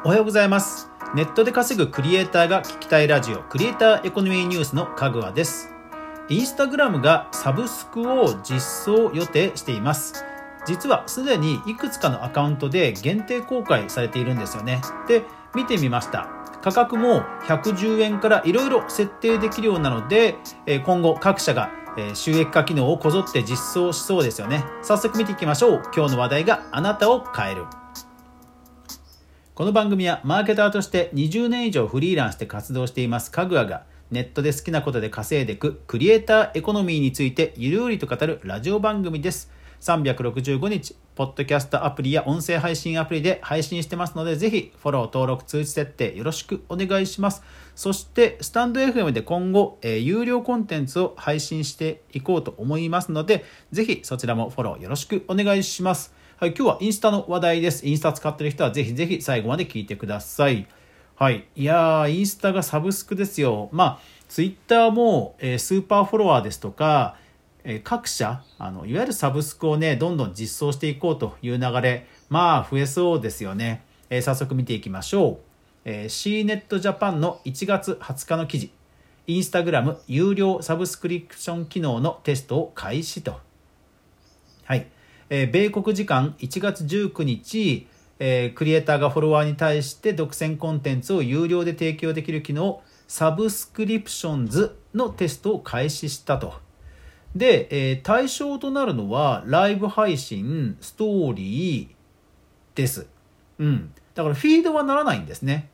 おはようございます。ネットで稼ぐクリエイターが聞きたいラジオ、クリエイターエコノミーニュースのかぐわです。インスタグラムがサブスクを実装予定しています。実はすでにいくつかのアカウントで限定公開されているんですよね。で、見てみました。価格も110円からいろいろ設定できるようなので、今後各社が収益化機能をこぞって実装しそうですよね。早速見ていきましょう。今日の話題があなたを変える。この番組はマーケターとして20年以上フリーランスで活動していますかぐわがネットで好きなことで稼いでいくクリエイターエコノミーについてゆるりと語るラジオ番組です。365日ポッドキャストアプリや音声配信アプリで配信してますので、ぜひフォロー登録通知設定よろしくお願いします。そしてスタンド FM で今後、有料コンテンツを配信していこうと思いますので、ぜひそちらもフォローよろしくお願いします。はい、今日はインスタの話題です。インスタ使ってる人はぜひぜひ最後まで聞いてください。はい。いやー、インスタがサブスクですよ。ツイッターも、スーパーフォロワーですとか、各社、いわゆるサブスクをね、どんどん実装していこうという流れ、増えそうですよね。早速見ていきましょう。CNET Japan の1月20日の記事。インスタグラム有料サブスクリプション機能のテストを開始と。はい。米国時間1月19日、クリエイターがフォロワーに対して独占コンテンツを有料で提供できる機能、サブスクリプションズのテストを開始したと。で、対象となるのはライブ配信、ストーリーです。だからフィードはならないんですね。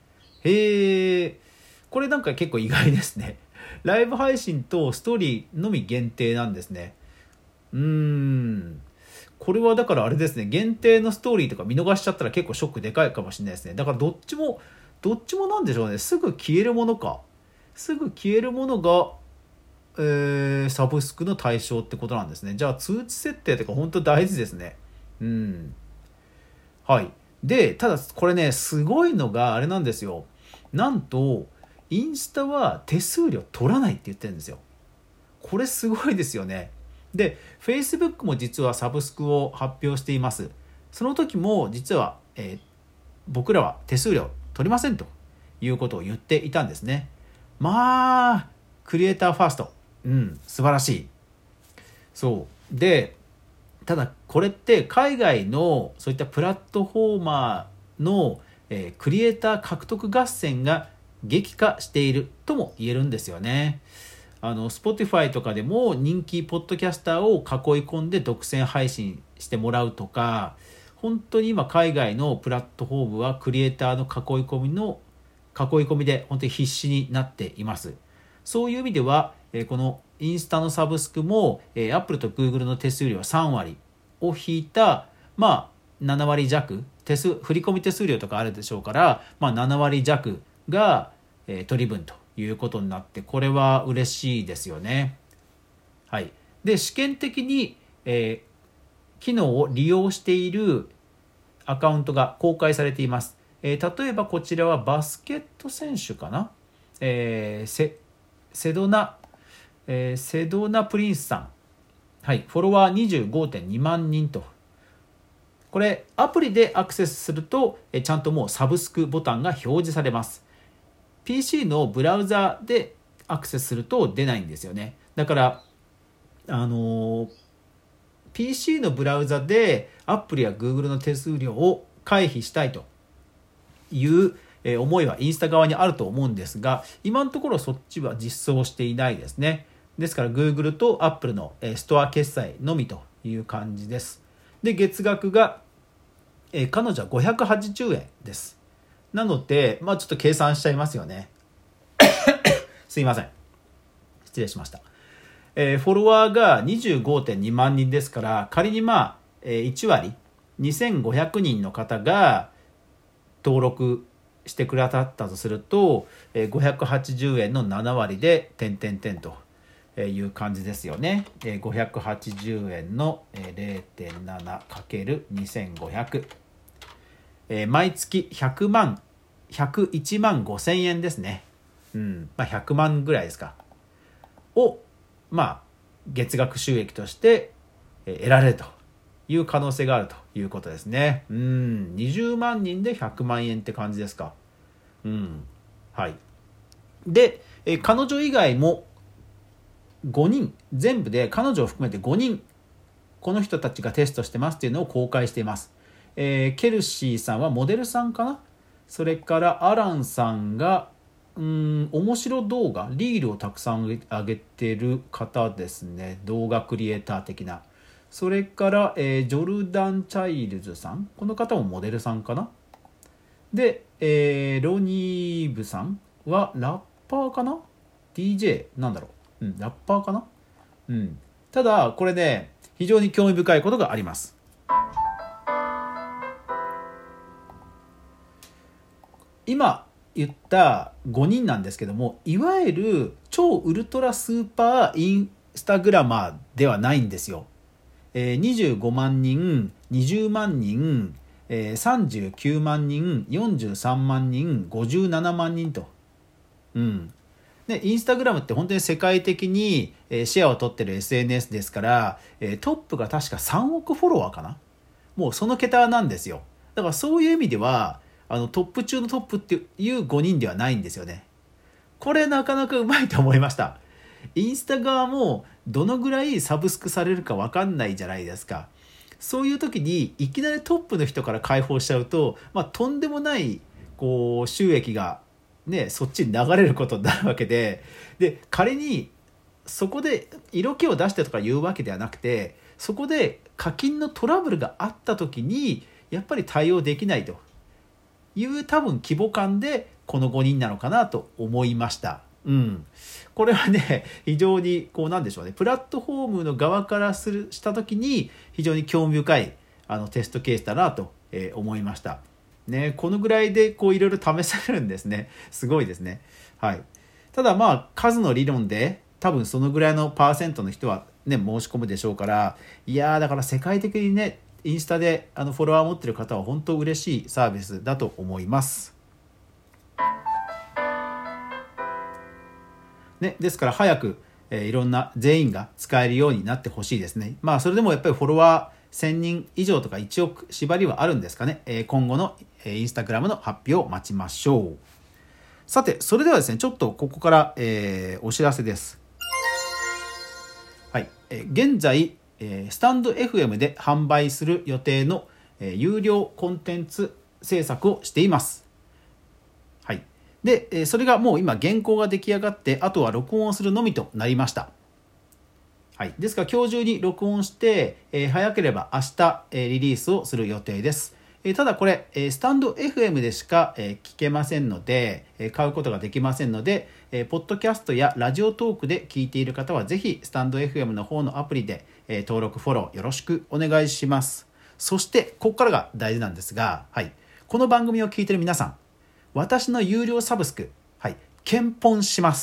これなんか結構意外ですね。ライブ配信とストーリーのみ限定なんですね。これはだからあれですね、限定のストーリーとか見逃しちゃったら結構ショックでかいかもしれないですね。だからどっちもなんでしょうね。すぐ消えるものが、サブスクの対象ってことなんですね。じゃあ通知設定とか本当大事ですね。はい。で、ただこれね、すごいのがあれなんですよ。なんと、インスタは手数料取らないって言ってるんですよ。これすごいですよね。で、Facebook も実はサブスクを発表しています。その時も実は、僕らは手数料取りませんということを言っていたんですね。クリエイターファースト。素晴らしい。そうで、ただこれって海外のそういったプラットフォーマーの、クリエイター獲得合戦が激化しているとも言えるんですよね。Spotify とかでも人気ポッドキャスターを囲い込んで独占配信してもらうとか、本当に今海外のプラットフォームはクリエイターの囲い込みで本当に必死になっています。そういう意味では、このインスタのサブスクも、Apple と Google の手数料3割を引いた、7割弱、振り込み手数料とかあるでしょうから、7割弱が、取り分ということになって、これは嬉しいですよね。はい。で、試験的に、機能を利用しているアカウントが公開されています。例えばこちらはバスケット選手かな、セドナプリンスさん。はい。フォロワー 25.2 万人と。これ、アプリでアクセスすると、ちゃんともうサブスクボタンが表示されます。PC のブラウザでアクセスすると出ないんですよね。だから、PC のブラウザで Apple や Google の手数料を回避したいという思いはインスタ側にあると思うんですが、今のところそっちは実装していないですね。ですから Google と Apple のストア決済のみという感じです。で、月額が彼女は580円です。なので、ちょっと計算しちゃいますよね。すいません。失礼しました。フォロワーが 25.2 万人ですから、仮に1割、2500人の方が登録してくださったとすると、580円の7割で点という感じですよね。580円の 0.7×2500、毎月101万5000円ですね。100万ぐらいですかを月額収益として得られるという可能性があるということですね。20万人で100万円って感じですか。はい。で、彼女以外も5人、全部で彼女を含めて5人、この人たちがテストしてますっていうのを公開しています。ケルシーさんはモデルさんかな。それからアランさんが面白動画、リールをたくさん上げてる方ですね。動画クリエイター的な。それから、ジョルダン・チャイルズさん、この方もモデルさんかな。で、ロニーブさんはラッパーかな。 DJ なんだろう、ラッパーかな。ただこれね、非常に興味深いことがあります。今言った5人なんですけども、いわゆる超ウルトラスーパーインスタグラマーではないんですよ。25万人、20万人、39万人、43万人、57万人と。でインスタグラムって本当に世界的にシェアを取ってる SNS ですから、トップが確か3億フォロワーかな。もうその桁なんですよ。だからそういう意味ではトップ中のトップっていう5人ではないんですよね。これなかなかうまいと思いました。インスタ側もどのぐらいサブスクされるか分かんないじゃないですか。そういう時にいきなりトップの人から開放しちゃうと、とんでもない収益がね、そっちに流れることになるわけで、仮にそこで色気を出してとか言うわけではなくて、そこで課金のトラブルがあった時にやっぱり対応できないという多分規模感でこの5人なのかなと思いました。これはね、非常になんでしょうね、プラットフォームの側からした時に非常に興味深いテストケースだなと思いましたね。このぐらいでいろいろ試されるんですね。すごいですね。はい。ただ数の理論で多分そのぐらいのパーセントの人はね申し込むでしょうから、だから世界的にねインスタでフォロワーを持っている方は本当嬉しいサービスだと思います。ですから早く、いろんな全員が使えるようになってほしいですね。それでもやっぱりフォロワー1000人以上とか1億縛りはあるんですかね。今後のインスタグラムの発表を待ちましょう。さて、それではですね、ちょっとここから、お知らせです。はい、現在、スタンド FM で販売する予定の、有料コンテンツ制作をしています。で、それがもう今原稿が出来上がって、あとは録音をするのみとなりました。ですから今日中に録音して、早ければ明日、リリースをする予定です。ただこれ、スタンド FM でしか、聞けませんので、買うことができませんので、ポッドキャストやラジオトークで聞いている方はぜひスタンド FM の方のアプリで、登録フォローよろしくお願いします。そしてここからが大事なんですが、この番組を聞いている皆さん、私の有料サブスク、検本します。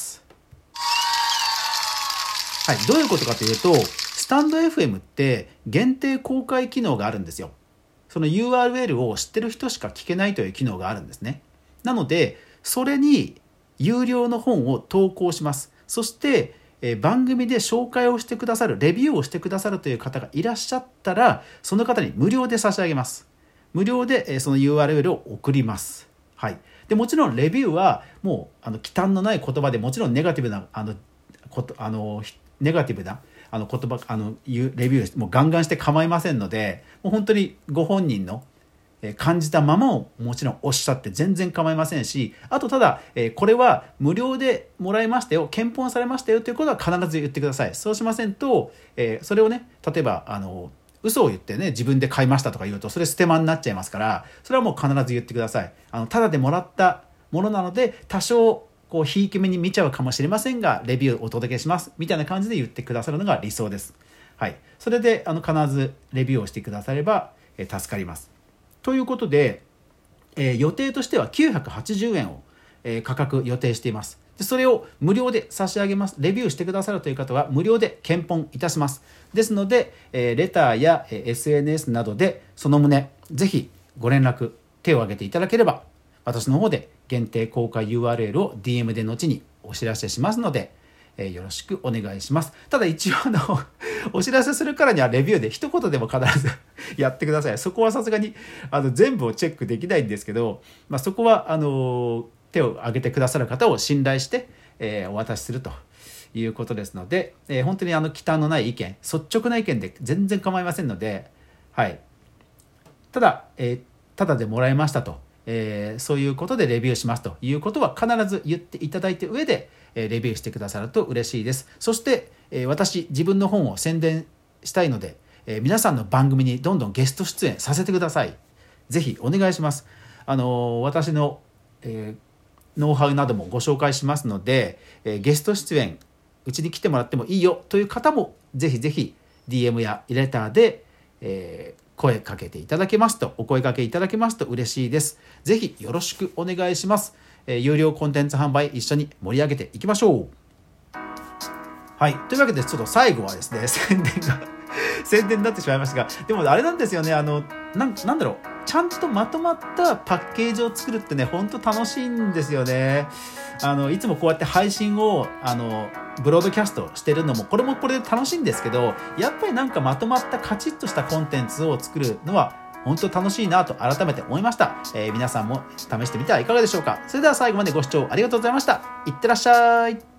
どういうことかというと、スタンド FM って限定公開機能があるんですよ。その URL を知ってる人しか聞けないという機能があるんですね。なので、それに有料の本を投稿します。そして、番組で紹介をしてくださる、レビューをしてくださるという方がいらっしゃったら、その方に無料で差し上げます。無料でその URL を送ります。でもちろんレビューはもう忌憚のない言葉で、もちろんネガティブなネガティブな言葉レビューもうガンガンして構いませんので、もう本当にご本人の感じたままをもちろんおっしゃって全然構いませんし、あとただこれは無料でもらいましたよ、検本されましたよということは必ず言ってください。そうしませんとそれをね、例えば嘘を言ってね、自分で買いましたとか言うとそれステマになっちゃいますから、それはもう必ず言ってください。ただでもらったものなので多少ひいき目に見ちゃうかもしれませんが、レビューお届けしますみたいな感じで言ってくださるのが理想です。それで必ずレビューをしてくだされば助かります。ということで、予定としては980円を価格予定しています。でそれを無料で差し上げます。レビューしてくださるという方は無料で検本いたします。ですので、レターや SNS などでその旨ぜひご連絡、手を挙げていただければ、私の方で限定公開 URL を DM で後にお知らせしますので、 よろしくお願いします。ただ一応お知らせするからにはレビューで一言でも必ずやってください。そこはさすがに全部をチェックできないんですけど、そこは手を挙げてくださる方を信頼して、お渡しするということですので、本当に忌憚のない意見、率直な意見で全然構いませんので、はい、ただでもらいましたと、そういうことでレビューしますということは必ず言っていただいて上でレビューしてくださると嬉しいです。そして、私自分の本を宣伝したいので、皆さんの番組にどんどんゲスト出演させてください。ぜひお願いします。私の、ノウハウなどもご紹介しますので、ゲスト出演うちに来てもらってもいいよという方もぜひぜひ DM やレターで、お声かけいただけますと嬉しいです。ぜひよろしくお願いします。有料コンテンツ販売一緒に盛り上げていきましょう。はい、というわけでちょっと最後はですね宣伝になってしまいましたが、でもあれなんですよね、なんだろう、ちゃんとまとまったパッケージを作るってね本当楽しいんですよね。いつもこうやって配信をブロードキャストしてるのもこれで楽しいんですけど、やっぱりまとまったカチッとしたコンテンツを作るのは本当楽しいなと改めて思いました。皆さんも試してみてはいかがでしょうか。それでは最後までご視聴ありがとうございました。いってらっしゃい。